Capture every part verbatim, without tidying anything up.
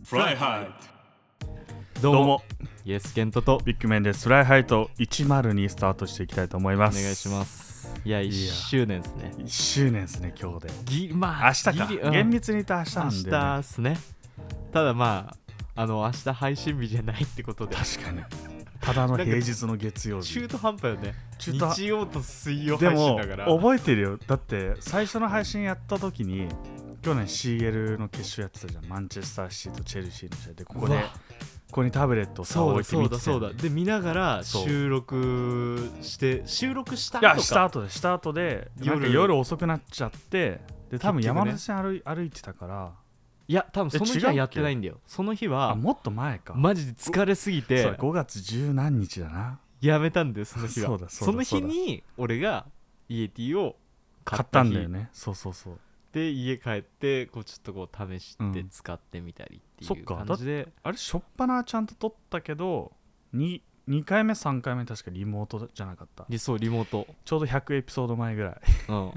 フライハイ。 どうもどうもイエスケントとビッグメンです。フライハイトいちまるにスタートしていきたいと思いまおす。 願いします。いやいっしゅうねんですね。 いっしゅうねんですね今日で。 ぎまあ明日か、 ギリうん厳密に言ったら明日なんで、ね、 明日っすね。ただまああの明日配信日じゃないってことで確かにただの平日の月曜日。 中途半端よね。 中途日曜と水曜で配信もだから。 覚えてるよ。だって最初の配信やった時に去年 シーエル の決勝やってたじゃん。マンチェスターシティとチェルシーの試合で、ここでうわここにタブレットをさそうだ置いてそうだそう見てたよだで見ながらそう収録して収録したい後かやした後でした後で夜なんか夜遅くなっちゃってで多分結局ね山手線歩い、歩いてたからいや多分その日はやってないんだよ。その日あはもっと前か、 マジで疲れすぎそうてだごがつじゅう何日だな。 やめたんだよ。その日はそうだそうだの日に俺がイエティを買買っった日たんだよね。そうそうそう。 で家帰ってこうちょっとこう試しうんて使ってみたりっていうそっか感じで、 あれしょっぱなちゃんと撮ったけど 2, 2回目さんかいめ確かリモートじゃなかった。 でそうリモートちょうどひゃくエピソード前ぐらいうんほん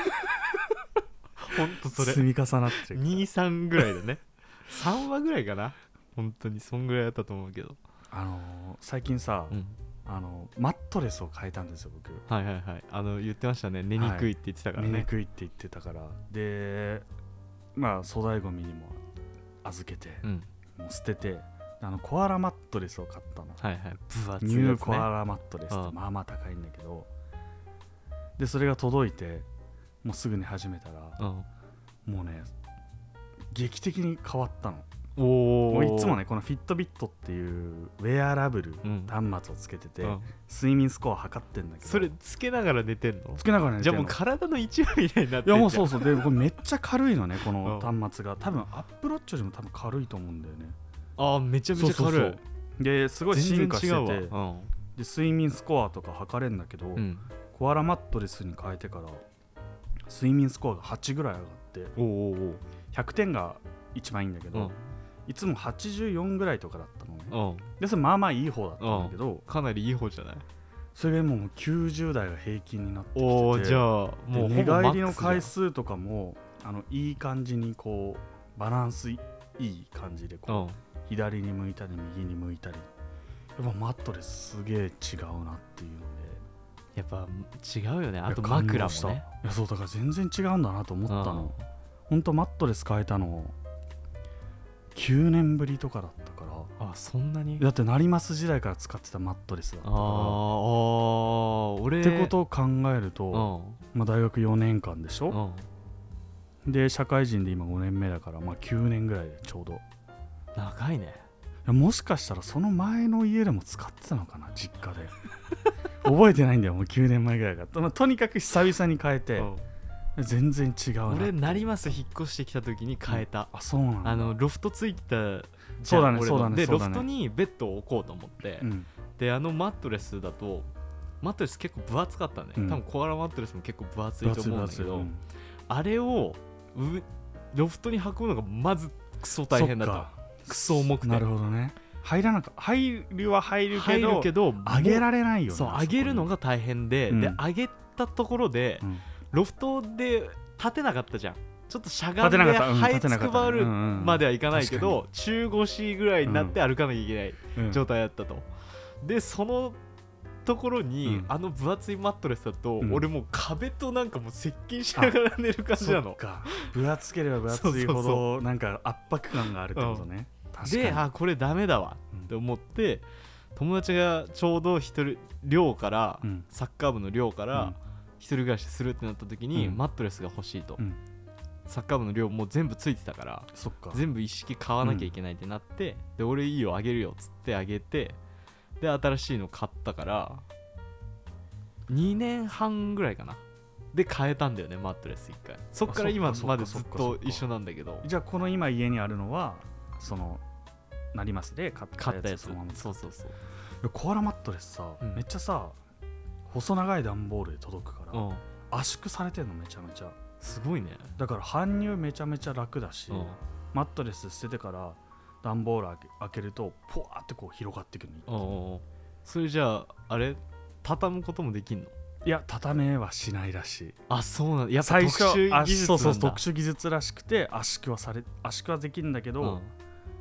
とそれ積み重なってるからにさんぐらいだねさんわぐらいかな。本当にそんぐらいだったと思うけど、 あのー、最近さ、 うん、 あのマットレスを変えたんですよ僕。 はいはいはいあの言ってましたね。寝にくいって言ってたからね、 寝にくいって言ってたからでまあ粗大ごみにも預けて、 うんもう捨ててあのコアラマットレスを買ったの。 はいはい分厚いニュやつね。 ーコアラマットレスってうんまあまあ高いんだけど、でそれが届いてもうすぐ寝始めたらうんもうね劇的に変わったの。 おもおういつもねこのフィットビットっていうウェアラブルうん端末をつけてて、 うん睡眠スコア測ってんだけど、 それつけながら寝てんの？ つけながら寝てんの。 じゃあもう体の一部みたいになってんじゃん。 いやもうそうそうでこれめっちゃ軽いのねこのうん端末が。多分アップローチよりも多分軽いと思うんだよね。 あーめちゃめちゃ軽い。 そうそうそうですごい進化して全然違てうわ。 で睡眠スコアとか測れるんだけど、 うん、うん、 コアラマットレスに変えてから睡眠スコアがはちぐらい上がっておうおうおうひゃくてんが一番いいんだけど、 うんいつもはちじゅうよんぐらいとかだったのね。 うんでそれまあまあいい方だったんだけど、 かなりいい方じゃない？ それがもうきゅうじゅうだいが平均になってきてて、 おおじゃあもうほぼで寝返りのマックスじゃん回数とかもあのいい感じにこうバランスいい感じでこう、 うん左に向いたり右に向いたり、やっぱマットレスすげえ違うなっていうので、 やっぱ違うよね。あといや感動枕したもね。 いやそうだから全然違うんだなと思ったの。ほんとマットレス変えたのきゅうねんぶりとかだったから。 あそんなに？ だって成増時代から使ってたマットレスだったかあーあー俺らってことを考えるうと、 んまあ、大学よねんかんでしょ、 うんで社会人で今ごねんめだから、まあ、きゅうねんぐらいでちょうど。い長いね。 やもしかしたらその前の家でも使ってたのかな実家で覚えてないんだよもうきゅうねんまえぐらいからと、まあ、とにかく久々に変えて、 うん全然違うな。 俺成増引っ越してきた時に変えた、 あそうなんだ。 あのロフトついてたじゃんそうだね俺のそうだねでそうだねロフトにベッドを置こうと思って、 うんであのマットレスだとマットレス結構分厚かったね、 うん多分コアラマットレスも結構分厚いと思うんだけど、 分厚い分厚いうんあれをうロフトに運ぶのがまずクソ大変だったそっか。 クソ重くてなるほどね。入らなか入るは入るけ入どるけど上げられないよね。 そう上げるのが大変で、 うんで上げたところで、 うんロフトで立てなかったじゃん。ちょっとしゃがんで立てなかったうん這い立てなかったつくばるうんうんまではいかないけ確ど、中腰ぐらいになって歩かなきゃいけないうん状態だったと。でそのところに、 うんあの分厚いマットレスだと、 うん俺もう壁となんかもう接近しながら寝る感じなのそっ。か分厚ければ分厚いほそうそうどなんか圧迫感があるってことね。確かにであこれダメだわうんって思って、友達がちょうど一人寮から、 うんサッカー部の寮から、 うん一人暮らしするってなった時に、 うんマットレスが欲しいと、 うんサッカー部の寮もう全部ついてたからそっか全部一式買わなきゃいけないってなって、で俺いいよあげるよっつってあげて、で新しいの買ったからにねんはんぐらいかなで変えたんだよねマットレスいっかい。そっから今そっかまでずっそっかそっかと一緒なんだけど、 じゃあこの今家にあるのはそのなりますで買った買ったやつやつそのままそうそうそういやコアラマットレスさ、 うんめっちゃさ細長い段ボールで届くから、 うん圧縮されてんのめちゃめちゃ。 すごいね。 だから搬入めちゃめちゃ楽だし、 うんマットレス捨ててから段ボール開け開けるとポワーってこう広がっていくの一気に。 うんうんそれじゃああれ畳むこともできんの？ いや畳めはしないらしい。 あそうなんだ。やっぱ特最初殊技術なんだ。 あそうそう特殊技術らしくて圧縮はされ圧縮はできるんだけど、 うん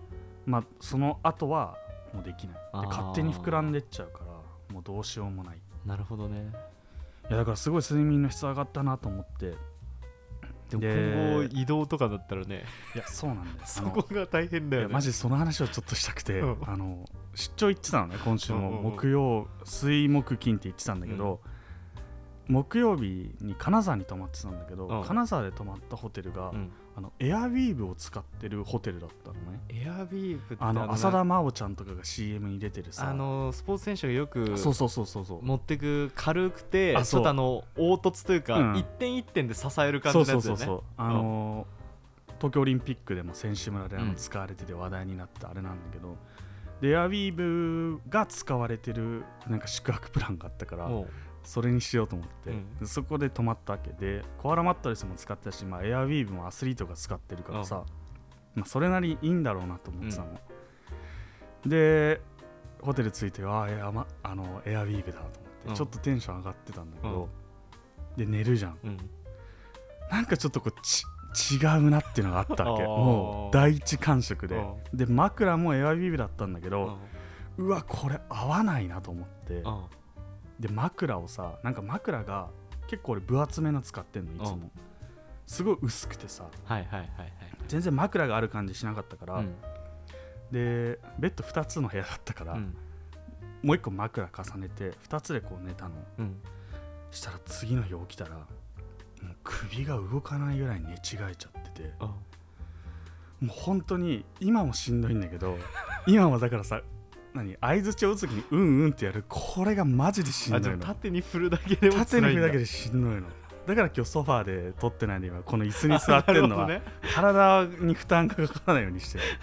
まあその後はもうできないであー勝手に膨らんでっちゃうからもうどうしようもない。 なるほどね。 いやだからすごい睡眠の質上がったなと思って。 でもで今後移動とかだったらねいやそうなんだよそこが大変だよね。 いやマジその話をちょっとしたくて、 うんあの出張行ってたのね今週も、 うんうんうん木曜水木金って言ってたんだけど、木曜日に金沢に泊まってたんだけど、 うん金沢で泊まったホテルが、 うんあのエアウィーヴを使ってるホテルだったのね。 エアビーブってあの浅田真央ちゃんとかが シーエム に出てるさ、 あのスポーツ選手がよくそうそうそうそうそう持ってく軽くてあそうちょっとあの凹凸というか、 うん一点一点で支える感そうじのやつだよね。 そうそうそうあのー東京オリンピックでも選手村であのうん使われてて話題になったあれなんだけど、でエアウィーヴが使われてるなんか宿泊プランがあったからもうそれにしようと思って、 うんでそこで泊まったわけでコアラマットレスも使ってたし、まあ、エアウィーヴもアスリートが使ってるからさ、まあ、それなりにいいんだろうなと思ってたの、でホテル着いてあーエア、ま、あのエアウィーヴだと思って、 うんちょっとテンション上がってたんだけど、で寝るじゃん。 うんなんかちょっとこうち違うなっていうのがあったわけあーもう第一感触で、 うんで枕もエアウィーヴだったんだけうんど、うわこれ合わないなと思って、 うんで枕をさなんか枕が結構俺分厚めの使ってんのいつも、 うんすごい薄くてさはいはいはいはい全然枕がある感じしなかったから、 うんでベッドふたつの部屋だったから、 うんもういっこ枕重ねてふたつでこう寝たの。 うんしたら次の日起きたらもう首が動かないぐらい寝違えちゃってて、 うんもう本当に今もしんどいんだけど今もだからさ何相づちを打つ時にうんうんってやるこれがマジでしんあじゃあどいの。 縦に振るだけでも縦に辛いんだ振るだけでしんどいの。だから今日ソファーで撮ってないで今この椅子に座ってるのはなる体に負担がかからないようにしてる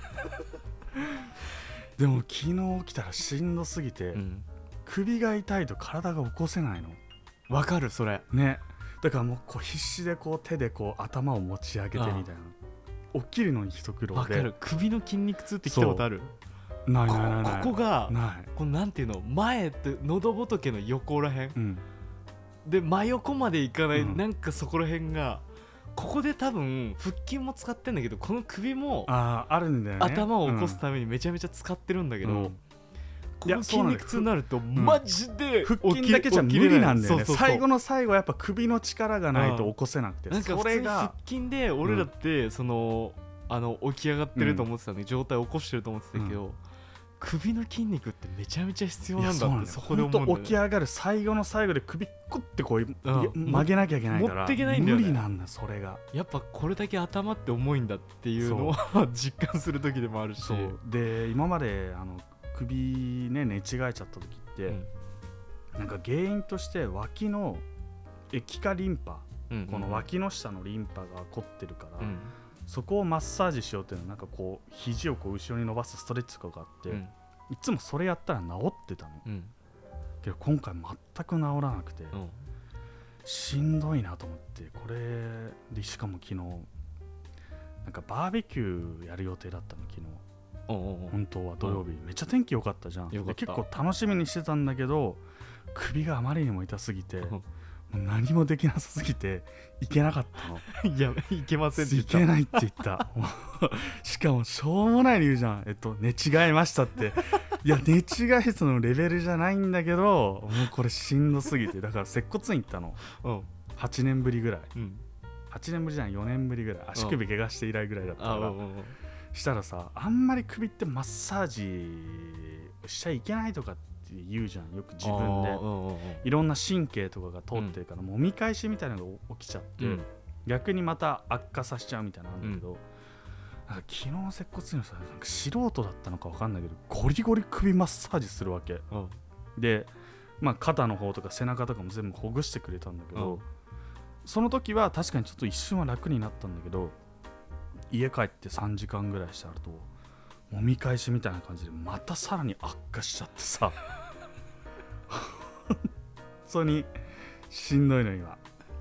でも昨日起きたらしんどすぎて、 ほどねうん首が痛いと体が起こせないのわかるそれね。だからもうこう必死でこう手でこう頭を持ち上げてみたいな、起きるのに一苦労で。 わかる首の筋肉痛って聞いたことある。 ないこないないないここがない、 このなんていうの前って喉仏の横らへんうん、 で真横までいかない、 うんなんかそこら辺がここで多分腹筋も使ってんだけどこの首もあああるんだよね。 頭を起こすためにめちゃめちゃ使ってるんだけど、 うんこの筋肉痛になるとんマジで腹起き筋だけじゃ無理なんだよね。 起きれないそうそうそう最後の最後はやっぱ首の力がないと起こせなくて、 なんか普通にそれが腹筋で俺らってその、あの起き上がってると思ってたのに、状態を起こしてると思ってたけど、首の筋肉ってめちゃめちゃ必要なんだってそこで思うんだよね。 本当起き上がる最後の最後で首こってこう、 うん曲げなきゃいけないから持ってけないんだよね無理なんだそれが。 やっぱこれだけ頭って重いんだっていうのを実感する時でもあるし。 そうで今まであの首ね寝違えちゃった時って、 うんなんか原因として脇の液化リンパ、 うんこの脇の下のリンパが凝ってるから、 うんそこをマッサージしようっていうのはなんかこう肘をこう後ろに伸ばすストレッチとかがあって、 うんいつもそれやったら治ってたのうんけど今回全く治らなくて、 うんしんどいなと思ってこれでしかも昨日なんかバーベキューやる予定だったの昨日おうおうおう本当は土曜日、めっちゃ天気良かったじゃん。 よかったで結構楽しみにしてたんだけど首があまりにも痛すぎてうんもう何もできなさすぎて行けなかったの。 いやいけませんって言いったけないって言ったもうしかもしょうもない理由じゃん。えっと寝違えましたっていや寝違えそのレベルじゃないんだけどもうこれしんどすぎてだから接骨院行ったのうんはちねんぶりぐらいうんはちねんぶりじゃんよねんぶりぐらい足首怪我して以来ぐらいだったからあおうおうおうしたらさあんまり首ってマッサージしちゃいけないとかって言うじゃんよく自分であーうんうんうんいろんな神経とかが通ってるから、もみ返しみたいなのが起きちゃって、 うん逆にまた悪化させちゃうみたいなのあるんだけど、なんか昨日接骨院のさなんか素人だったのか分かんないけどゴリゴリ首マッサージするわけうんで、まあ、肩の方とか背中とかも全部ほぐしてくれたんだけど、 うんその時は確かにちょっと一瞬は楽になったんだけど家帰ってさんじかんぐらいしたらともみ返しみたいな感じでまたさらに悪化しちゃってさ本当にしんどいの今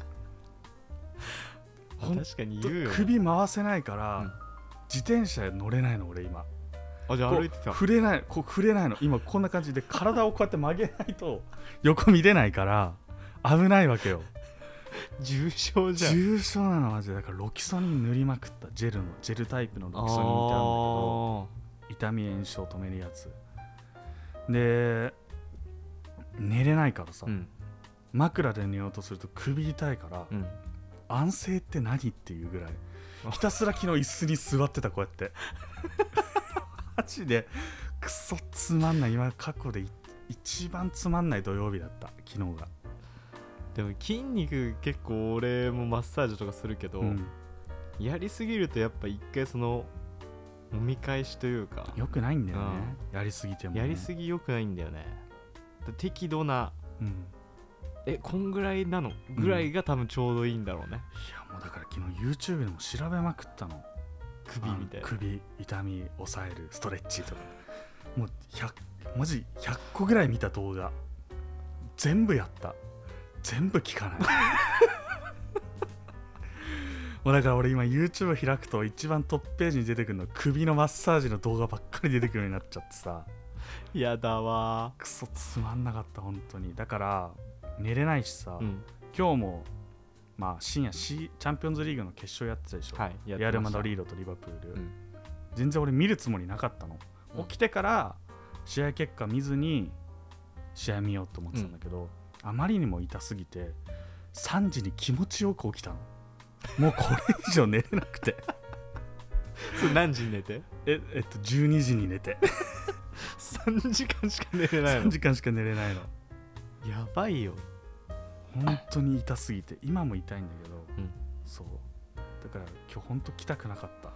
あ確かに言うよね。 首回せないから、 うん自転車乗れないの俺今あじゃあこう歩いてた。 触れないこう触れないの今こんな感じで体をこうやって曲げないと横見れないから危ないわけよ。 重症じゃん。 重症なのマジでだからロキソニン塗りまくったジェルのジェルタイプのロキソニンってあるんだけど痛み炎症止めるやつで、寝れないからさ、 うん枕で寝ようとすると首痛いから、 うん安静って何っていうぐらいひたすら昨日椅子に座ってた、こうやってマジでクソつまんない、今過去で一番つまんない土曜日だった昨日が。 でも筋肉結構俺もマッサージとかするけど、 うん、 やりすぎるとやっぱ一回その揉み返しというかよくないんだよね、やりすぎても、ね、 やりすぎ良くないんだよね。適度な、 うん、 えこんぐらいなのぐらいが多分ちょうどいいんだろうね、 いやもうだから昨日 YouTube でも調べまくったの、 首みたいな。 首痛み抑えるストレッチとかもうひゃくマジひゃっこぐらい見た動画全部やった、全部効かないもうだから俺今 YouTube 開くと一番トップページに出てくるの首のマッサージの動画ばっかり出てくるようになっちゃってさ、 やだわクソつまんなかった本当に。だから寝れないしさ、 ー、うん、 今日もまあ深夜 C チャンピオンズリーグの決勝やってたでしょ、 はい、やってました。 レアルマドリードとリバプール、 うん、 全然俺見るつもりなかったの、 うん起きてから試合結果見ずに試合見ようと思ってたんだけど、うん、あまりにも痛すぎてさんじに気持ちよく起きたの、もうこれ以上寝れなくてそれ何時に寝てええっとじゅうにじに寝てさんじかんしか寝れないの。 さんじかんしか寝れないの、 やばいよ。 本当に痛すぎて今も痛いんだけど、 うん、 そうだから今日本当来たくなかった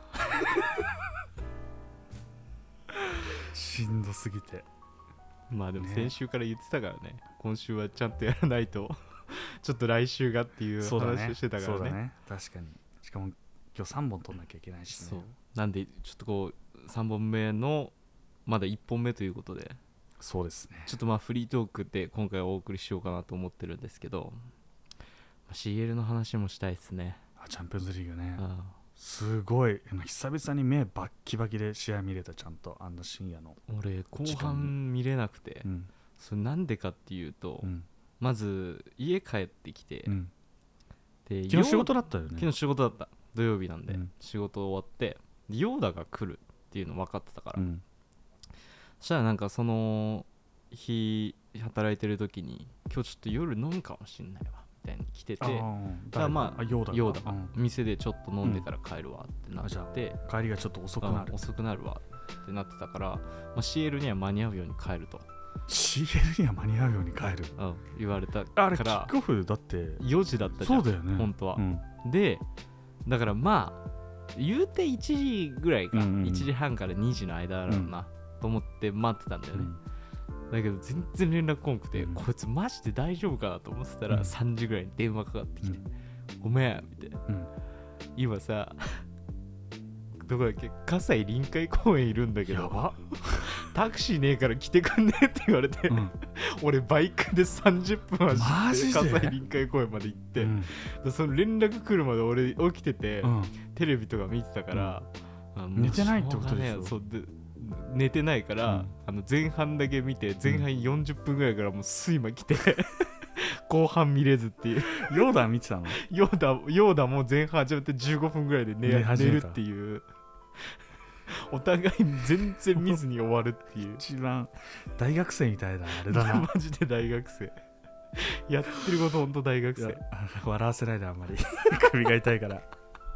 しんどすぎて。 まあでもね先週から言ってたからね、今週はちゃんとやらないとちょっと来週がっていうそうだね話をしてたからね。 そうだね、確かに。しかも今日さんぼん取んなきゃいけないしね。 そうなんでちょっとこうさんぼんめのまだいっぽんめということで、 そうですね、 ちょっとまあフリートークで今回はお送りしようかなと思ってるんですけど、 シーエル の話もしたいですね。 あチャンピオンズリーグね、 あすごい久々に目バッキバキで試合見れた、ちゃんとあんな深夜の。 俺後半見れなくて、 うん、 それなんでかっていうと、 うん、 まず家帰ってきて、 うん、 で昨日仕事だったよね。 昨日仕事だった、土曜日なんで、 うん、 仕事終わってヨーダが来るっていうの分かってたから、 うん、 そしたらなんかその日働いてる時に今日ちょっと夜飲むかもしんないわみたいに来てて、 あだからまあヨーダヨーダがうん店でちょっと飲んでから帰るわってなってて、 帰りがちょっと遅くなる。 うん遅くなるわってなってたから、まあ、シーエル には間に合うように帰ると、 シーエル には間に合うように帰る。 うん、言われたからあれキックオフだってよじだったじゃん。 そうだよね本当は、 うんでだからまあ言うていちじぐらいか、 うんうんうんいちじはんからにじの間だろうな、うん、と思って待ってたんだよね、 うん、 だけど全然連絡来んくて、 うん、 こいつマジで大丈夫かなと思ってたら、 うん、 さんじぐらいに電話かかってきて、うん、ごめんみたいな、うん、今さどこだっけ葛西臨海公園いるんだけどタクシーねえから来てくんねって言われて、うん、俺バイクでさんじゅっぷん走って葛西臨海公園まで行って、うん、でその連絡来るまで俺起きてて、うん、テレビとか見てたから、 うん、寝てないってことでしょ。 そうで寝てないから、うん、あの前半だけ見て前半よんじゅっぷんぐらいからもう睡魔来て後半見れずっていう。 ヨーダ見てたの？ ヨーダヨーダも前半始まってじゅうごふんぐらいで 寝, 寝るっていうお互い全然見ずに終わるっていう一番大学生みたいなあれだなマジで大学生やってることほんと大学生。 笑わせないであんまり首が痛いから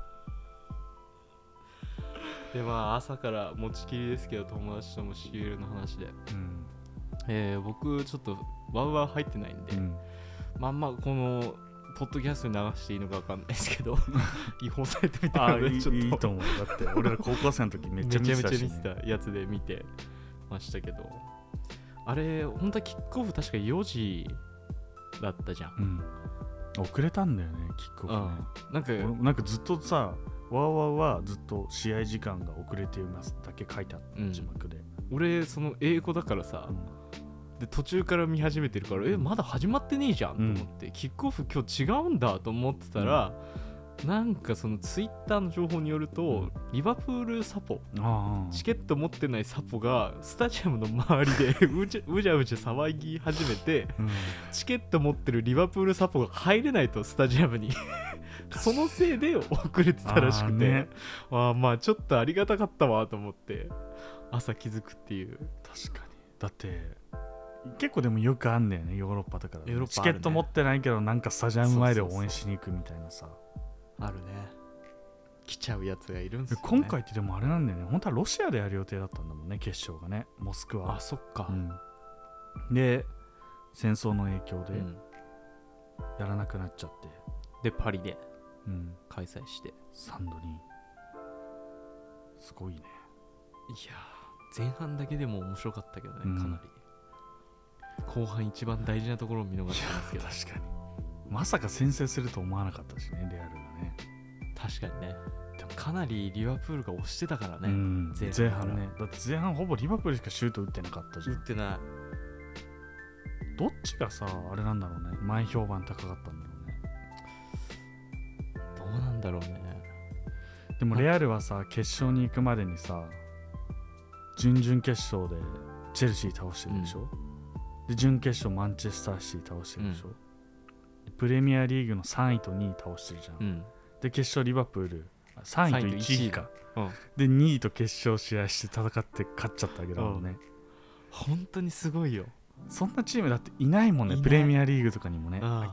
でまあ朝から持ちきりですけど友達とも シーエル の話で、うんえー、僕ちょっとワウワウ入ってないんで、うん、まあまあこのポッドキャストに流していいのか分かんないですけど違法されてみたのでちょっといいと思う。だって俺ら高校生の時めっちゃ見てたし、ね、 めちゃめちゃ見てたやつで見てましたけど、あれ本当はキックオフ確かよじだったじゃん、 うん、遅れたんだよねキックオフね、 うん、なんかなんかずっとさワーワーはずっと試合時間が遅れていますだけ書いてあった、うん、字幕で。 俺その英語だからさ、うん、で途中から見始めてるから、うん、えまだ始まってねえじゃんと思って、うん、キックオフ今日違うんだと思ってたら、うん、なんかそのツイッターの情報によると、うん、リバプールサポチケット持ってないサポがスタジアムの周りでうじゃうじゃうじゃ騒ぎ始めて、うん、チケット持ってるリバプールサポが入れないとスタジアムにそのせいで遅れてたらしくて、あ、ね、あまあちょっとありがたかったわと思って、 朝気づくっていう。 確かに。だって結構でもよくあんだよね、ヨーロッパとかだと、 ヨーロッパチあるねケット持ってないけどなんかスタジアム前で応援しに行くみたいなさ。 あるね。来ちゃうやつがいるんですよね。 今回ってでもあれなんだよね、本当はロシアでやる予定だったんだもんね、決勝がね、モスクワ。 あ、そっか、 うん、で戦争の影響でうん、 やらなくなっちゃって、 でパリでうん、 開催して。 サンドにすごいね。 いやー、前半だけでも面白かったけどね、 うんかなり。後半一番大事なところを見逃したんですけど。 確かにまさか先制すると思わなかったしね、レアルがね。 確かにね。でもかなりリバプールが押してたからね、 うん、 前前半から半ね。だって前半ほぼリバプールしかシュート打ってなかったじゃん。 打ってない。 どっちがさあれなんだろうね、前評判高かったんだろうね。 どうなんだろうね。 でもレアルはさ、決勝に行くまでにさ、準々決勝でチェルシー倒してるでしょ、うん、で準決勝マンチェスターシティ倒してるでしょ、うん、プレミアリーグのさんいとにい倒してるじゃん、うん、で決勝リバプールさんいといちいか、うん、でにいと決勝試合して戦って勝っちゃったわけだもんね、うん、 本当にすごいよ。 そんなチームだっていないもんね、プレミアリーグとかにもね。 ああ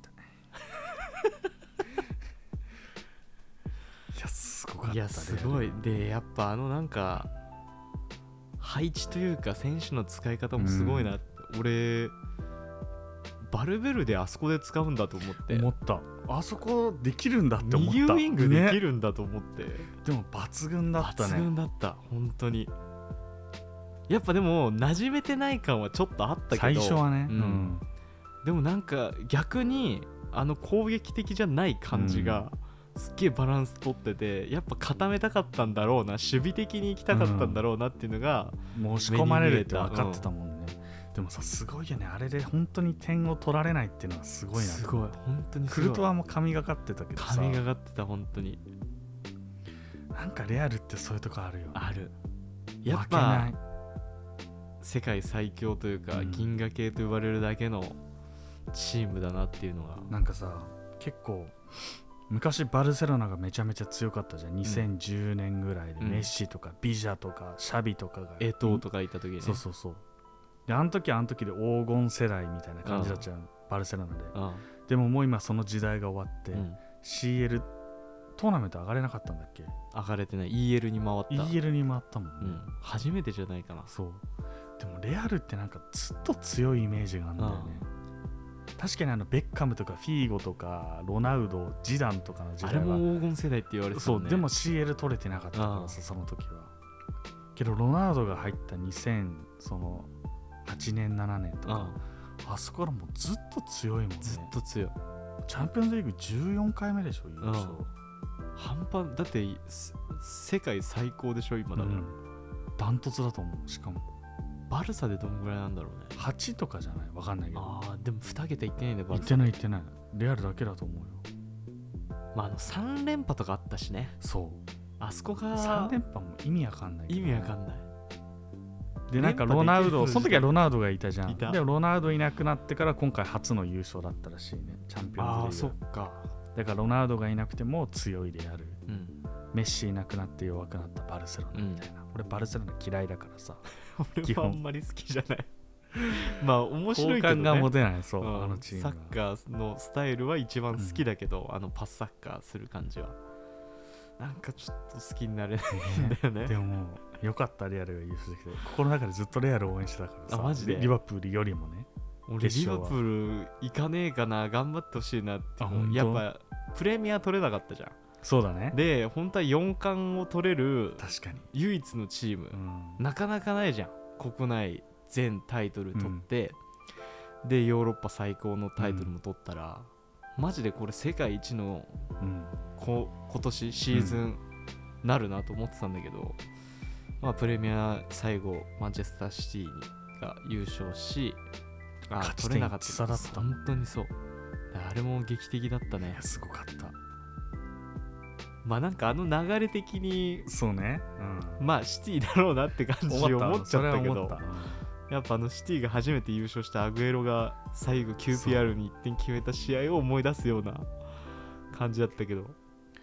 いやすごかった。 いやすごい。でやっぱあのなんか配置というか選手の使い方もすごいなって、うん、俺バルベルであそこで使うんだと思って思った。あそこできるんだって思った。 右ウイングできるんだと思って、ね、 でも抜群だったね。 抜群だった本当に。やっぱでも馴染めてない感はちょっとあったけど最初はね、 うんうん、でもなんか逆にあの攻撃的じゃない感じが、うん、すっげえバランス取ってて、やっぱ固めたかったんだろうな、守備的に行きたかったんだろうなっていうのが、 うん、申し込まれるって分かってたもんね、うん、でもさすごいよね、あれで本当に点を取られないっていうのはすごいな。 すごい本当にすごい。 クルトワも神がかってたけどさ、 神がかってた本当に。 なんかレアルってそういうとこあるよね。 ある。やっぱ負けない世界最強というか、うん、銀河系と呼ばれるだけのチームだなっていうのが。 なんかさ結構昔バルセロナがめちゃめちゃ強かったじゃん、うん、にせんじゅうねんぐらいで、うん、メッシとかビジャとかシャビとかがエトーとかいた時ね。 そうそうそう。であの時はあの時で黄金世代みたいな感じだっちゃう、バルセロナで。でももう今その時代が終わって、うん、シーエル トーナメント上がれなかったんだっけ。 上がれてない。 イーエル に回った。 イーエル に回ったもんね、うん、 初めてじゃないかな。 そう。でもレアルってなんかずっと強いイメージがあるんだよね。確かにあのベッカムとかフィーゴとかロナウド、ジダンとかの時代はあれも黄金世代って言われてたもんね。 そう。でも シーエル 取れてなかったからさ、その時は。けどロナウドが入ったにせんはちねんななねんとか あ, あそこからもうずっと強いもんね。 ずっと強い。 チャンピオンズリーグじゅうよんかいめでしょ、優勝。 半端だって、世界最高でしょ今だから、うん、 ダントツだと思う。しかもバルサでどんぐらいなんだろうね。 はちとかじゃない、わかんないけど。 ああでもに桁いってないんだよバルサ。 いってないいってない。レアルだけだと思うよ。 まああのさん連覇とかあったしね。 そう。 あそこがさん連覇も意味わかんないけど、 意味わかんない。 でなんかロナウド、その時はロナウドがいたじゃん。でロナウドいなくなってから今回初の優勝だったらしいね、チャンピオンズリーグ。 ああそっか。 だからロナウドがいなくても強いである、 うん、 メッシいなくなって弱くなったバルセロナみたいな、うん、俺バルセロナ嫌いだからさ俺はあんまり好きじゃないまあ面白いけどね。 好感が持てない。そう、うん、あのチームサッカーのスタイルは一番好きだけど、うん、あのパスサッカーする感じはなんかちょっと好きになれないんだよねでももうよかった、レアルが優勝できて。心の中でずっとレアルを応援してたからさ。 あマジで。 リバプールよりもね。 俺リバプール行かねえかな、頑張ってほしいなって。やっぱプレミア取れなかったじゃん。 そうだね。 で本当はよん冠を取れる確かに唯一のチーム、うん、なかなかないじゃん。国内全タイトル取って、うん、でヨーロッパ最高のタイトルも取ったら、うん、マジでこれ世界一の、うん、こ今年シーズンなるなと思ってたんだけど、うん、まあプレミア最後マンチェスターシティが優勝し、あ取れなかった。 だった。 本当にそう。あれも劇的だったね。 すごかった。 まあなんかあの流れ的にそうね、 うん、まあシティだろうなって感じを思っちゃったけど、やっぱあのシティが初めて優勝したアグエロが最後 キューピーアール にいってん決めた試合を思い出すような感じだったけど、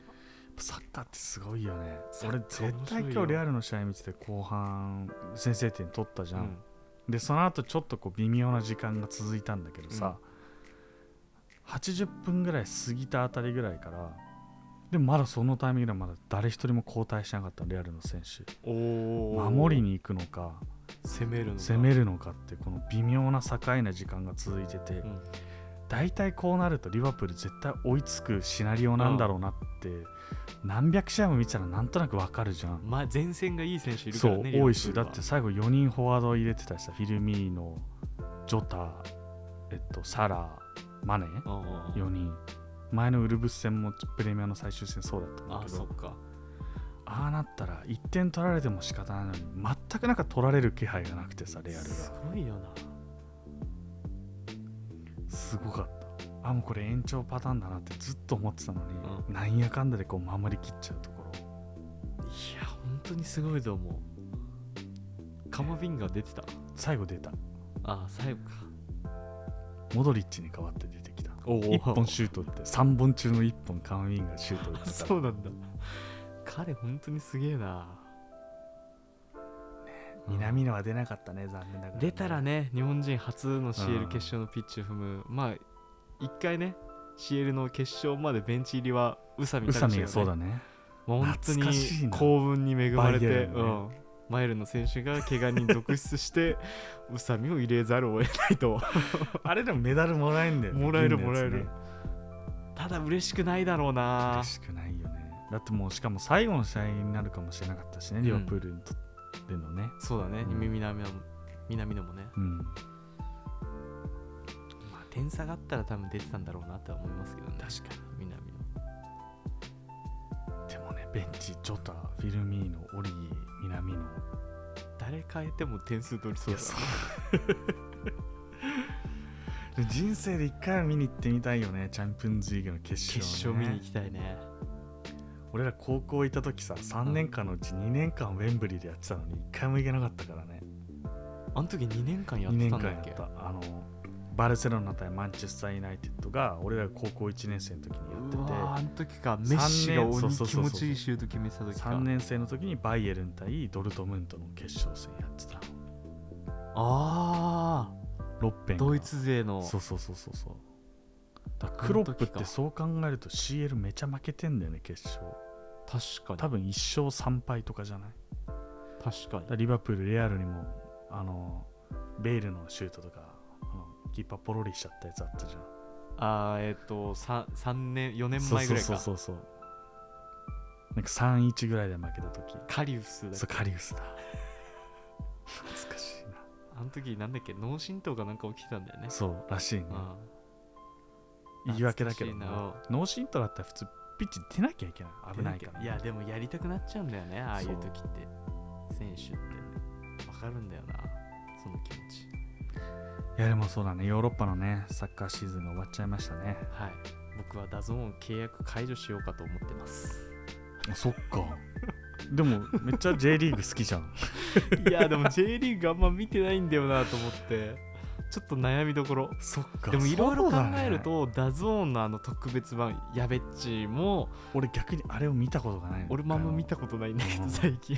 サッカーってすごいよね。 サッカー俺絶対面白いよ今日レアルの試合見てて後半先制点取ったじゃん、 うんでその後ちょっとこう微妙な時間が続いたんだけどさ、はちじゅっぷんぐらい過ぎたあたりぐらいからでもまだそのタイミングではまだ誰一人も交代しなかったレアルの選手。 おー守りに行くのか攻めるのか攻めるのかってこの微妙な境な時間が続いてて、 うんだいたいこうなるとリバプール絶対追いつくシナリオなんだろうなって何百試合も見たらなんとなくわかるじゃん。 まあ、前線がいい選手いるかそうらね。 多いし、 リバプールはだって最後よにんフォワード入れてたしさ、フィルミーノ、ジョタ、えっと、サラ、マネああよにん。前のウルブス戦もプレミアの最終戦そうだったんだああ、 けど、 そっか。 ああなったらいってん取られても仕方ないのに全くなんか取られる気配がなくてさ、レアルすがごいよな。 すごかった。あ、もうこれ延長パターンだなってずっと思ってたのに、 うなんやかんだでこう守りきっちゃうところ。 いや、本当にすごいと思う。カマビンガ出てた。 最後出た。 ああ、最後か。 モドリッチに代わって出てきた。 おいっぽんシュートってさんぼん中のいっぽんカマビンガシュート打ってた。 そうなんだ。彼本当にすげえな。 南野は出なかったね、残念ながら、ね、 出たらね、日本人初の シーエルうん決勝のピッチを踏む、まあ一回ね シーエル の決勝までベンチ入りは宇佐美宇佐美が選手がね、 そうだね。 もう本当懐かしいなに幸運に恵まれて、 バイエルンねうん、マイルの選手が怪我人続出して宇佐美を入れざるを得ないとあれでもメダルもらえんだよね。 もらえる銀のやつねもらえる。ただ嬉しくないだろうな。 嬉しくないよね。だってもうしかも最後の試合になるかもしれなかったしね、リバプールにとってのね。 そうだね、 うん南野も南野もね、 うん。 まあ、点差があったら多分出てたんだろうなとは思いますけどね。 確かに南野でもね、ベンチ、ジョタ、フィルミーノ、オリー、南野。 誰変えても点数取りそうだな。 人生で一回は見に行ってみたいよね、チャンピオンズリーグの決勝、ね。 決勝見に行きたいね。 俺ら高校行った時さ、さんねんかんのうちにねんかんウェンブリーでやってたのにいっかいも行けなかったからね。 あの時にねんかんやっ 2 て年たんだっけ。 間やった。あのバルセロナ対マンチェスターユナイテッドが俺らが高校いちねん生の時にやってて、 うわー、あの時か。メッシが鬼そうそうそうそう気持ちいいシュート決めてた時か。 さんねん生の時にバイエルン対ドルトムントの決勝戦やってた。 あロッペンがあ、ドイツ勢の。 そうそうそうそうそう。だからクロップってあの時かそう考えると シーエル めちゃ負けてんだよね、決勝。 確かに。 多分いっしょうさんぱいとかじゃない。 確かにだからリバプール、レアルにもあのベイルのシュートとかあのキーパーポロリしちゃったやつあったじゃん。 あー、えっ、と 3, 3年よねんまえぐらいか。 そうそうそうそう。なんか さんたいいち ぐらいで負けた時。 カリウスだっけ。 そう、カリウスだ。懐かしいな。 あの時なんだっけ、脳震盪かなんか起きてたんだよね。 そうらしいね。 あ言い訳だけど懐かしいな。 脳震盪だったら普通ピッチ出なきゃいけない。 あ危ないから。 いやでもやりたくなっちゃうんだよね、ああいうそう時って選手ってわかるんだよな、その気持ち。 いやでもそうだね、ヨーロッパのねサッカーシーズンが終わっちゃいましたね。 はい、僕はダゾーン契約解除しようかと思ってます。 あ、そっか。でもめっちゃ J リーグ好きじゃん。 いやでも J リーグあんま見てないんだよなと思ってちょっと悩みどころ。 そっか。 でもいろいろ考えるそうだね、 と、ダゾーンのあの特別版やべっちも俺逆にあれを見たことがないの。 俺もあんま見たことないんだけどうん最近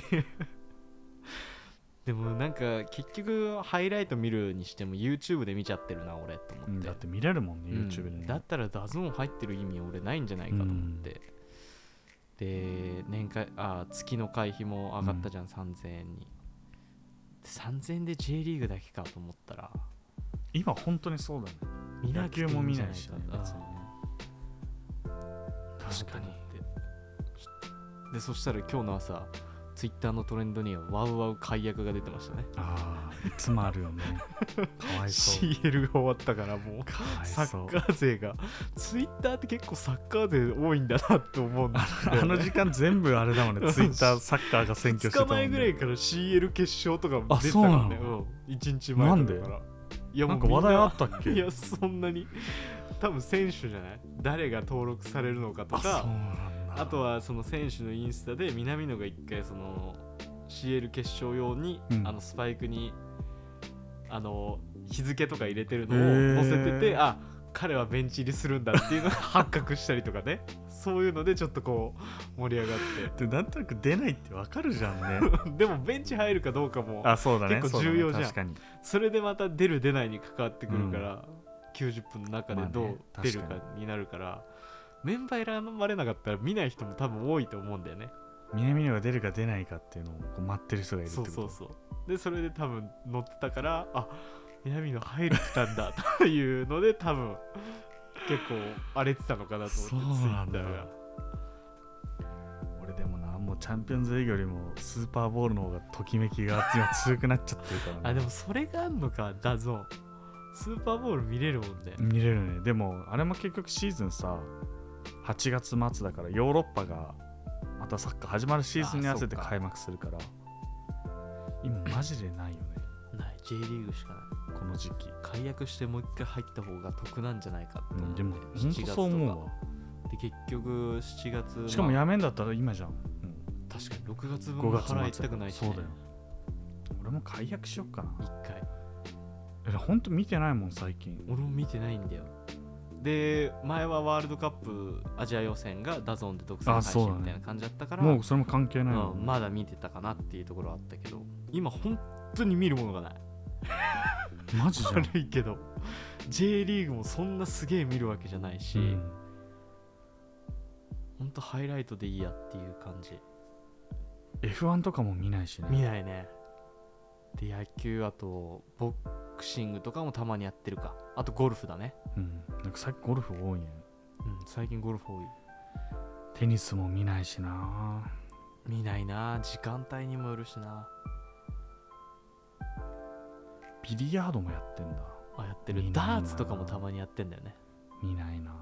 でもなんか結局ハイライト見るにしても YouTube で見ちゃってるな俺と思って、 うんだって見れるもんね、 うん YouTube でね。 だったらダゾーン入ってる意味俺ないんじゃないかと思って、で年会あ月の会費も上がったじゃん、さんぜんえんに。さんぜんえんで J リーグだけかと思ったら今本当にそうだね。 見なくていいんじゃないか。 野球も見ないしね、 あ別にね。確かに。 でそしたら今日の朝ツイッターのトレンドにはワウワウ解約が出てましたね。 ああ、いつもあるよね。かわいそう。 シーエル が終わったからもうかわいサそうッカー勢がツイッターって結構サッカー勢多いんだなって思うんだよね。 あの時間全部あれだもんね。ツイッターサッカーが占拠してたもんね。 ふつかまえぐらいから シーエル 決勝とかあ出てたからね。 そうなのうん、いちにちまえとかから。いやなんか話題あったっけ？ いやそんなに多分選手じゃない、誰が登録されるのかとあ、そうか、 なんだ。 あとはその選手のインスタで南野が一回その シーエル 決勝用に、 うんあのスパイクにあの日付とか入れてるのへーを載せてて、あ彼はベンチ入りするんだっていうのが発覚したりとかねそういうのでちょっとこう盛り上がっでなんとなく出ないってわかるじゃんねてでもベンチ入るかどうかもあそうだね結構重要じゃん、 そうだね、確かにそれでまた出る出ないに関わってくるから、うん、きゅうじゅっぷんの中でどう出るかになるから、まあね、メンバー選ばれなかったら見ない人も多分多いと思うんだよね。 南野が出るか出ないかっていうのをこう待ってる人がいるってこと。 そうそうそうでそれで多分乗ってたからあ南野入る来たんだというので多分結構荒れてたのかなと思って。 そうなんだよ。俺でもなもうチャンピオンズリーグよりもスーパーボールの方がときめきが今強くなっちゃってるからねあでもそれがあんのかダゾーンスーパーボール見れるもんね。 見れるね。でもあれも結局シーズンさはちがつまつだからヨーロッパがまたサッカー始まるシーズンに合わせて開幕するから今マジでないよね。 ない J リーグしかないこの時期。 解約してもう一回入った方が得なんじゃないかって思って、 うん、でも本当そう思うわ。 で結局しちがつしかもやめんだったら今じゃん、うん、 確かにろくがつぶんも払いたくないし、ね、 そうだよ。俺も解約しよっかな一回。 えほんと見てないもん最近。 俺も見てないんだよ。で前はワールドカップアジア予選がダゾーンで独占配信みたいな感じだったから、 ね、もうそれも関係ないの、 うん、まだ見てたかなっていうところはあったけど今本当に見るものがないマジじゃん。 悪いけど J リーグもそんなすげえ見るわけじゃないし、うん、ほんとハイライトでいいやっていう感じ。 エフワン とかも見ないしね。 見ないね。で野球あとボクシングとかもたまにやってるか。あとゴルフだね。 うん。なんか最近ゴルフ多いね。 うん最近ゴルフ多い。 テニスも見ないしな。 見ないな。時間帯にもよるしな。 ビリヤードもやってんだ。 あやってる。ダーツとかもたまにやってんだよね。 見ないな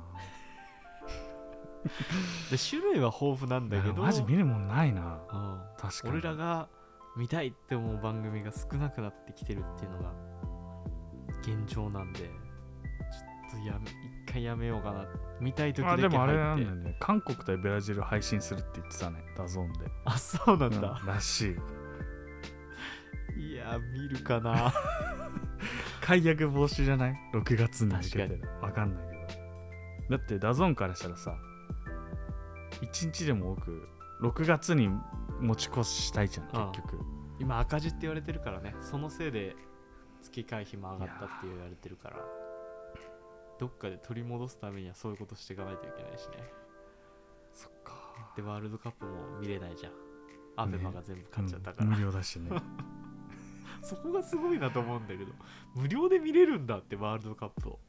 で種類は豊富なんだけどマジ見るもんないな、 うん、 確かに俺らが見たいって思う番組が少なくなってきてるっていうのが現状なんでちょっとやめ一回やめようかな。見たい時だけ入って。あでもあれなんだよね。 韓国対ブラジル配信するって言ってたねダゾーンで。 あそうなんだ、 うん、らしい。いや見るかな解約防止じゃないろくがつに向けて。わかんないけどだってダゾーンからしたらさいちにちでも多くろくがつに持ち越したいじゃん結局。 今赤字って言われてるからね。そのせいで月会費も上がったって言われてるからどっかで取り戻すためにはそういうことしていかないといけないしね。 そっか。 でワールドカップも見れないじゃん。アベマが全部買っちゃったから、 ねうん、無料だしねそこがすごいなと思うんだけど無料で見れるんだってワールドカップを。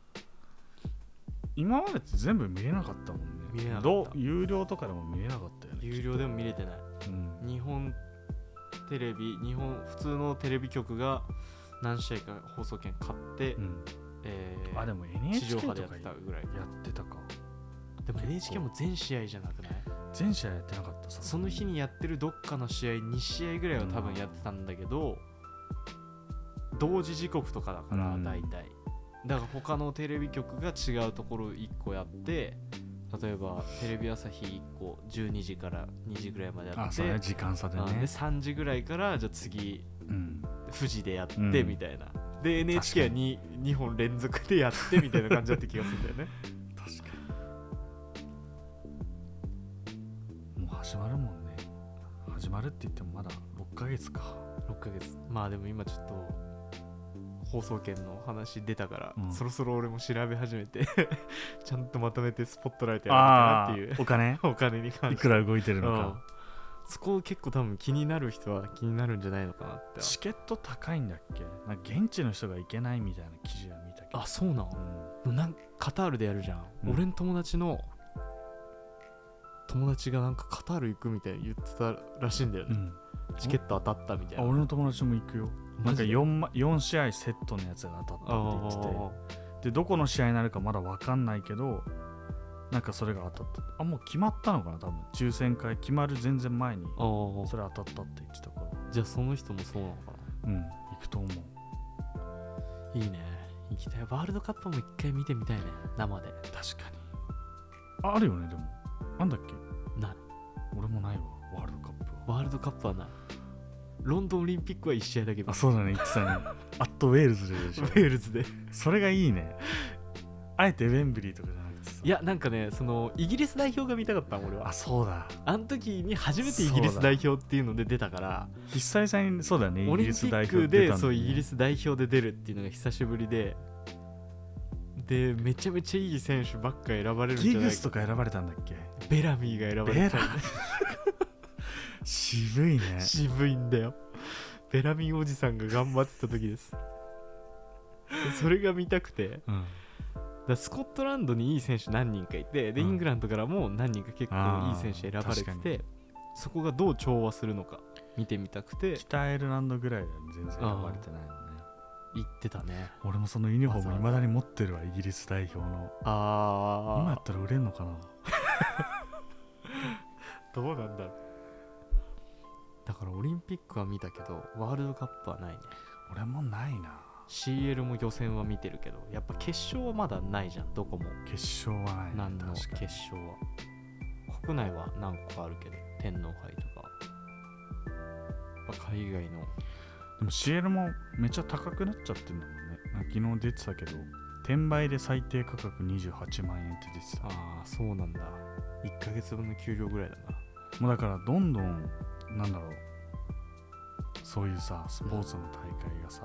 今までって全部見れなかったもんね。 見れなかった。 どう有料とかでも見れなかったよね。 有料でも見れてない、うん、日本テレビ日本普通のテレビ局が何試合か放送権買って、うんえー、 あでも エヌエイチケー とかやってたぐらいやってたか。 でも エヌエイチケー も全試合じゃなくない？ 全試合やってなかった。 その日にやってるどっかの試合に試合ぐらいは多分やってたんだけど、うん、同時時刻とかだから大体、うん、だから他のテレビ局が違うところいっこやって例えばテレビ朝日いっこじゅうにじからにじぐらいまでやって、 あそれ時間差でね。 でさんじぐらいからじゃあ次、うん、富士でやってみたいな、うん、で エヌエイチケー は 2, にほん連続でやってみたいな感じだった気がするんだよね確かに。もう始まるもんね。始まるって言ってもまだろっかげつか。 ろっかげつ。まあでも今ちょっと放送権の話出たから、うん、そろそろ俺も調べ始めてちゃんとまとめてスポットライトやらなきゃなっていうお金お金に関していくら動いてるのか、うん、 そこ結構多分気になる人は気になるんじゃないのかなって。 チケット高いんだっけ？なんか現地の人が行けないみたいな記事は見たけど。 あそうなの、うん、なんかカタールでやるじゃん、うん、俺の友達の友達がなんかカタール行くみたいに言ってたらしいんだよね、うん、チケット当たったみたいな。 あ俺の友達も行くよ。なんか 4, 4試合セットのやつが当たったって言ってて、でどこの試合になるかまだ分かんないけどなんかそれが当たった。あもう決まったのかな多分。抽選会決まる全然前にそれ当たったって言ってたから。 じゃあその人もそうなのかな。うん行くと思う。いいね行きたい。ワールドカップも一回見てみたいね生で。 確かに あ, あるよね。でもなんだっけ。 ない。 俺もないわワールドカップは。 ワールドカップはない。ロンドンオリンピックはいち試合だけど。 あそうだね言ってたねアットウェールズででしょ。 ウェールズでそれがいいね。 あえてウェンブリーとかじゃなくてさ。 いやなんかねそのイギリス代表が見たかったの俺は。 あ、そうだ。 あの時に初めてイギリス代表っていうので出たから久々にそうだね、イギオリンピリス代表ックで出たんだね。 そうイギリス代表で出るっていうのが久しぶりで、でめちゃめちゃいい選手ばっか選ばれるんじギグゃないか。 スとか選ばれたんだっけ。 ベラミーが選ばれたんだ。 渋いね。 渋いんだよ。ベラミーおじさんが頑張ってた時です。それが見たくて、 うん、 だスコットランドにいい選手何人かいて、でイングランドからも何人か結構いい選手選ばれてて、そこがどう調和するのか見てみたくて。 北アイルランドぐらいで全然選ばれてないのね。 言ってたね。 俺もそのユニフォームいまだに持ってるわ、イギリス代表の。 ああ今やったら売れんのかな。 どうなんだろう。だからオリンピックは見たけどワールドカップはないね。 俺もないな。 シーエル も予選は見てるけどやっぱ決勝はまだないじゃん。どこも決勝はない、ね、 何の確かに決勝は国内は何個かあるけど天皇杯とかやっぱ海外の。 でも シーエル もめっちゃ高くなっちゃってるんだもんね。なんか昨日出てたけど転売で最低価格にじゅうはちまんえんって出てた。 ああそうなんだ。いっかげつぶんの給料ぐらいだな。 もうだからどんどんなんだろう、そういうさスポーツの大会がさ、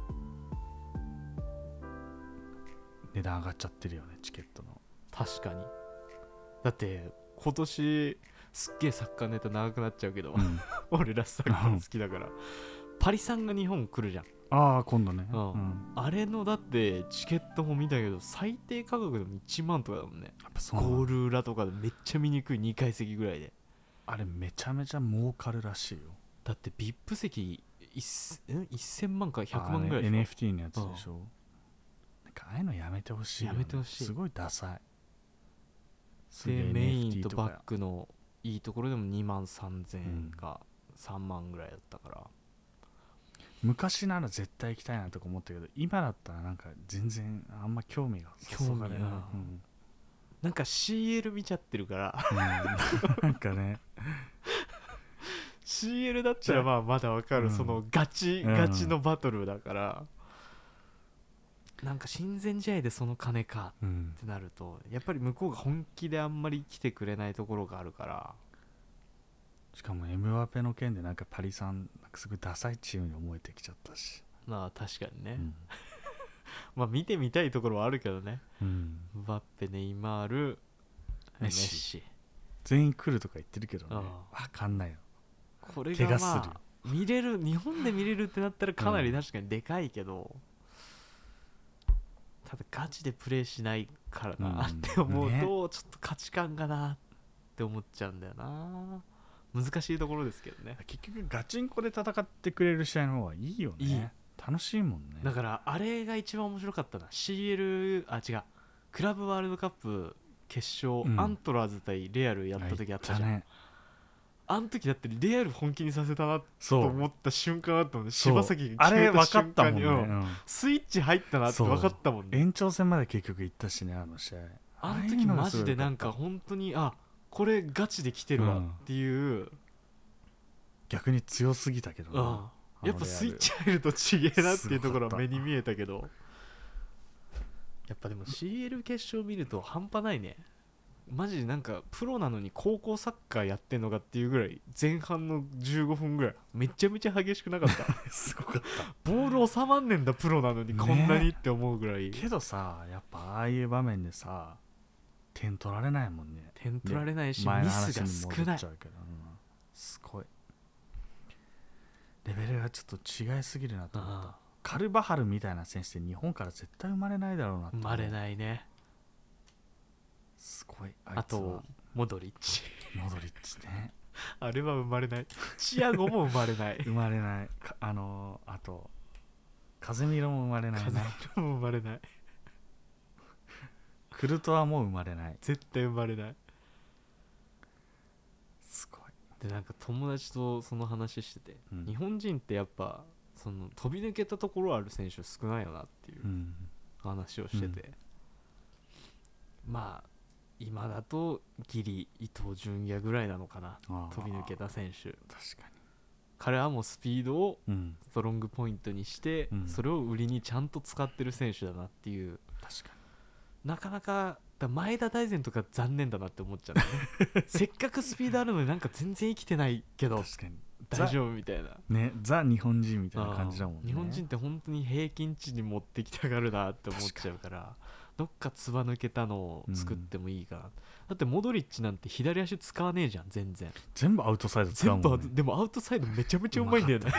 値段上がっちゃってるよね、チケットの。 確かに。だって今年すっげえサッカーネタ長くなっちゃうけど、うん、俺らサッカー好きだからパリさんが日本来るじゃん。 ああ今度ね、 うんうん、あれのだってチケットも見たけど最低価格でもいちまんとかだもんね。やっぱそうゴール裏とかでめっちゃ見にくいにかい席ぐらいで。 あれめちゃめちゃ儲かるらしいよ。 だって ブイアイピー 席せんまんかひゃくまんぐらいでしょ。 エヌエフティー のやつでしょ、うん、なんかああいうのやめてほしいよ、ね、 やめてほしい。 すごいダサい。 でメインとバックのいいところでもにまんさんぜんえんかさんまんぐらいだったから、うん、 昔なら絶対行きたいなとか思ったけど今だったらなんか全然あんま興味が興味が、うん、なんか シーエル 見ちゃってるから、うん、 なんかねシーエル だったらまあまだわかる、うん、そのガチガチのバトルだから、うん、なんか親善試合でその金かってなると、うん、やっぱり向こうが本気であんまり来てくれないところがあるから。 しかもエムバペの件でなんかパリさんなんかすごいダサいチームに思えてきちゃったし。 まあ確かにね、うん、まあ見てみたいところはあるけどね、うん、バッペ、ネイマール、メッシ全員来るとか言ってるけどね、分かんないよ。 これがまあ見れる、日本で見れるってなったらかなり確かにでかいけど、うん、ただガチでプレーしないからなって思うと、ちょっと価値観がなって思っちゃうんだよな。難しいところですけどね。 結局ガチンコで戦ってくれる試合の方がいいよね。いい、楽しいもんね。 だからあれが一番面白かったな。 シーエル あ違うクラブワールドカップ決勝、うん、アントラーズ対レアルやった時あったじゃん、ね、あの時だってレアル本気にさせたなと思った瞬間あったもんね。柴崎が決めた瞬間に、ね、うん、スイッチ入ったなって分かったもんね。 延長戦まで結局行ったしね、あの試合。 あの時マジでなんか本当にあこれガチで来てるわっていう、うん、 逆に強すぎたけどな、 うん、やっぱスイッチ入るとちげえなっていうところは目に見えたけど、やっぱでも シーエル 決勝見ると半端ないね。マジでなんかプロなのに高校サッカーやってんのかっていうぐらい、前半のじゅうごふんぐらいめちゃめちゃ激しくなかったすごかった。 ボール収まんねんだプロなのにこんなにって思うぐらい、 ね、けどさやっぱああいう場面でさ点取られないもんね。 点取られないし、ミスが少ない。 すごいレベルがちょっと違いすぎるなと思った。カルバハルみたいな選手って日本から絶対生まれないだろうなって。 生まれないね。 すごい。 あ, あとモドリッチモドリッチねあれは生まれない。チアゴも生まれない生まれない。あのー、あとカゼミロも生まれない。 カゼミロも生まれない。 クルトワも生まれない。 絶対生まれない。 すごい。 でなんか友達とその話してて、うん、日本人ってやっぱその飛び抜けたところある選手少ないよなっていう話をしてて、うん、まあ今だとギリ伊東純也ぐらいなのかな、飛び抜けた選手。 確かに彼はもうスピードをストロングポイントにして、うん、それを売りにちゃんと使ってる選手だなっていう。 確かなかなかだ前田大然とか残念だなって思っちゃうねせっかくスピードあるのになんか全然生きてないけど確かに大丈夫みたいなね、ザ日本人みたいな感じだもんね。 日本人って本当に平均値に持ってきたがるなって思っちゃうからどっかつば抜けたのを作ってもいいかな、うん、だってモドリッチなんて左足使わねえじゃん全然全部アウトサイド使うもんね。 全部でもアウトサイドめちゃめちゃうまいんだよね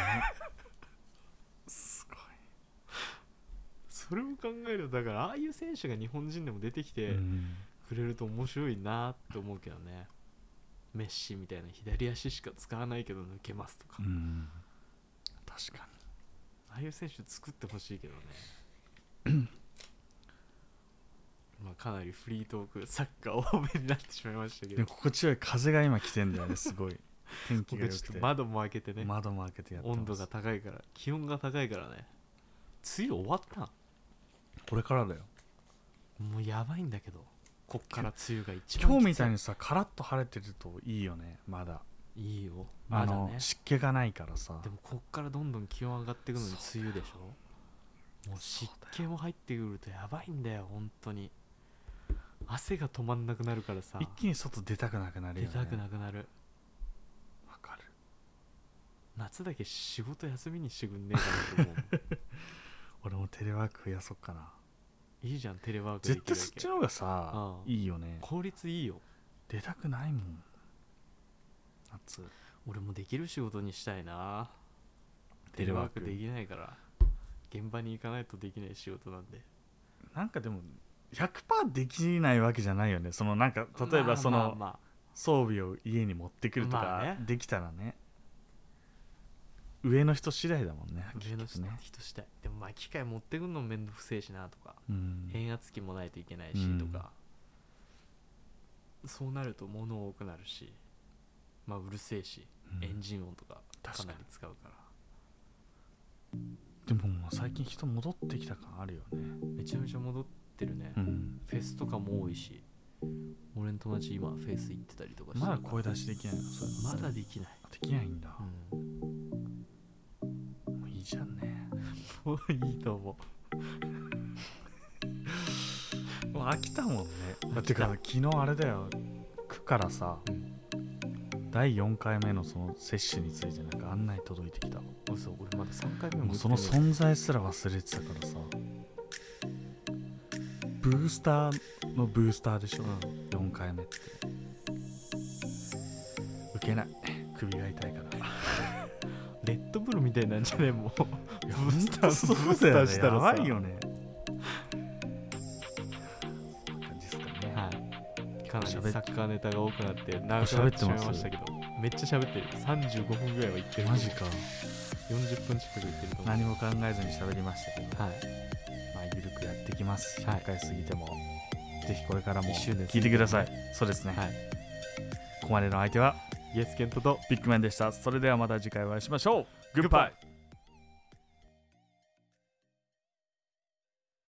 すごい。 それも考えるとだからああいう選手が日本人でも出てきてくれると面白いなって思うけどね、メッシみたいな左足しか使わないけど抜けますとか、 うん、確かにああいう選手作ってほしいけどねまあかなりフリートークサッカー多めになってしまいましたけど、 でも心地よい風が今来てんだよね。すごい天気が良くてちょっと窓も開けてね、 窓も開けてやってます。 温度が高いから気温が高いからね。梅雨終わったん？ これからだよ。 もうやばいんだけどこっから梅雨が一番今日みたいにさカラッと晴れてるといいよね。まだいいよまだね、 あの湿気がないからさ。 でもこっからどんどん気温上がってくるのに梅雨でしょ。もう湿気も入ってくるとやばいんだよ本当に。汗が止まんなくなるからさ一気に外出たくなくなるよね。 出たくなくなる。 わかる。 夏だけ仕事休みにしてくんねえかなと思う俺もテレワーク増やそっかな。 いいじゃんテレワークできるだけ。 絶対そっちの方がさ、 ああいいよね。 効率いいよ。 出たくないもん夏。 俺もできる仕事にしたいな。テテレワークレワークできないから現場に行かないとできない仕事なんで。 なんかでも ひゃくパーセント できないわけじゃないよね。そのなんか例えばそのまあまあまあ装備を家に持ってくるとかまあねできたらね、上の人次第だもんね。 上の人ね。 人したい。でもまあ機械持ってくるのもめんどくせえしなとか、 うん変圧器もないといけないしとか、そうなると物多くなるし、まあうるせえし、 うんエンジン音とか確かにかなり使うからでももう最近人戻ってきた感あるよね。 めちゃめちゃ戻ってるね、 うんフェスとかも多いし、俺の友達今フェス行ってたりとかしてまだ声出しできないの？それまだできない、 できないんだ。 うん、 もういいじゃんね。 もういいと思もう飽きたもんね。だってか飽昨日あれだよ、区からさ、 う、うんだいよんかいめのその接種についてなんか案内届いてきた。 嘘、俺まださんかいめももうその存在すら忘れてたからさ。ブースターのブースターでしょ、 うん、 よんかいめって。受けない、首が痛いからレッドブルみたいなんじゃねえもうブースターそうブースタだよね。 ーしたらさやばいよね。感じですかね。 はい、かなりサッカーネタが多くなって長くなってしまいましたけど、めっちゃ喋ってる。さんじゅうごふんぐらいは言ってる。 マジか。 よんじゅっぷん近く言ってると思う。 何も考えずに喋りましたけど、 はい、 まあゆるくやってきます。 はいひゃっかい過ぎても、ぜひこれからもいっしゅうねん聞いてください。そうですね、 はい、 ここまでの相手はイエスケントとビッグマンでした。それではまた次回お会いしましょう。グッバイ。